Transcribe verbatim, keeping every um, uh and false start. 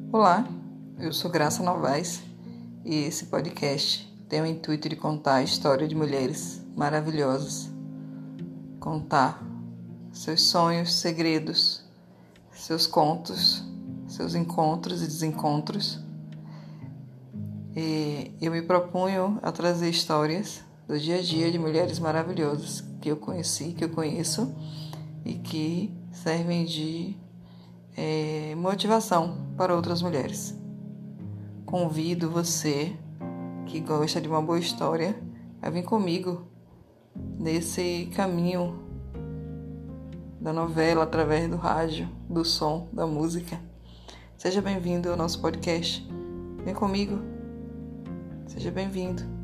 Olá, eu sou Graça Novaes e esse podcast tem o intuito de contar a história de mulheres maravilhosas, contar seus sonhos, segredos, seus contos, seus encontros e desencontros. E eu me proponho a trazer histórias do dia a dia de mulheres maravilhosas que eu conheci, que eu conheço e que servem de é, motivação para outras mulheres. Convido você que gosta de uma boa história a vir comigo nesse caminho da novela através do rádio, do som, da música. Seja bem-vindo ao nosso podcast. Vem comigo. Seja bem-vindo.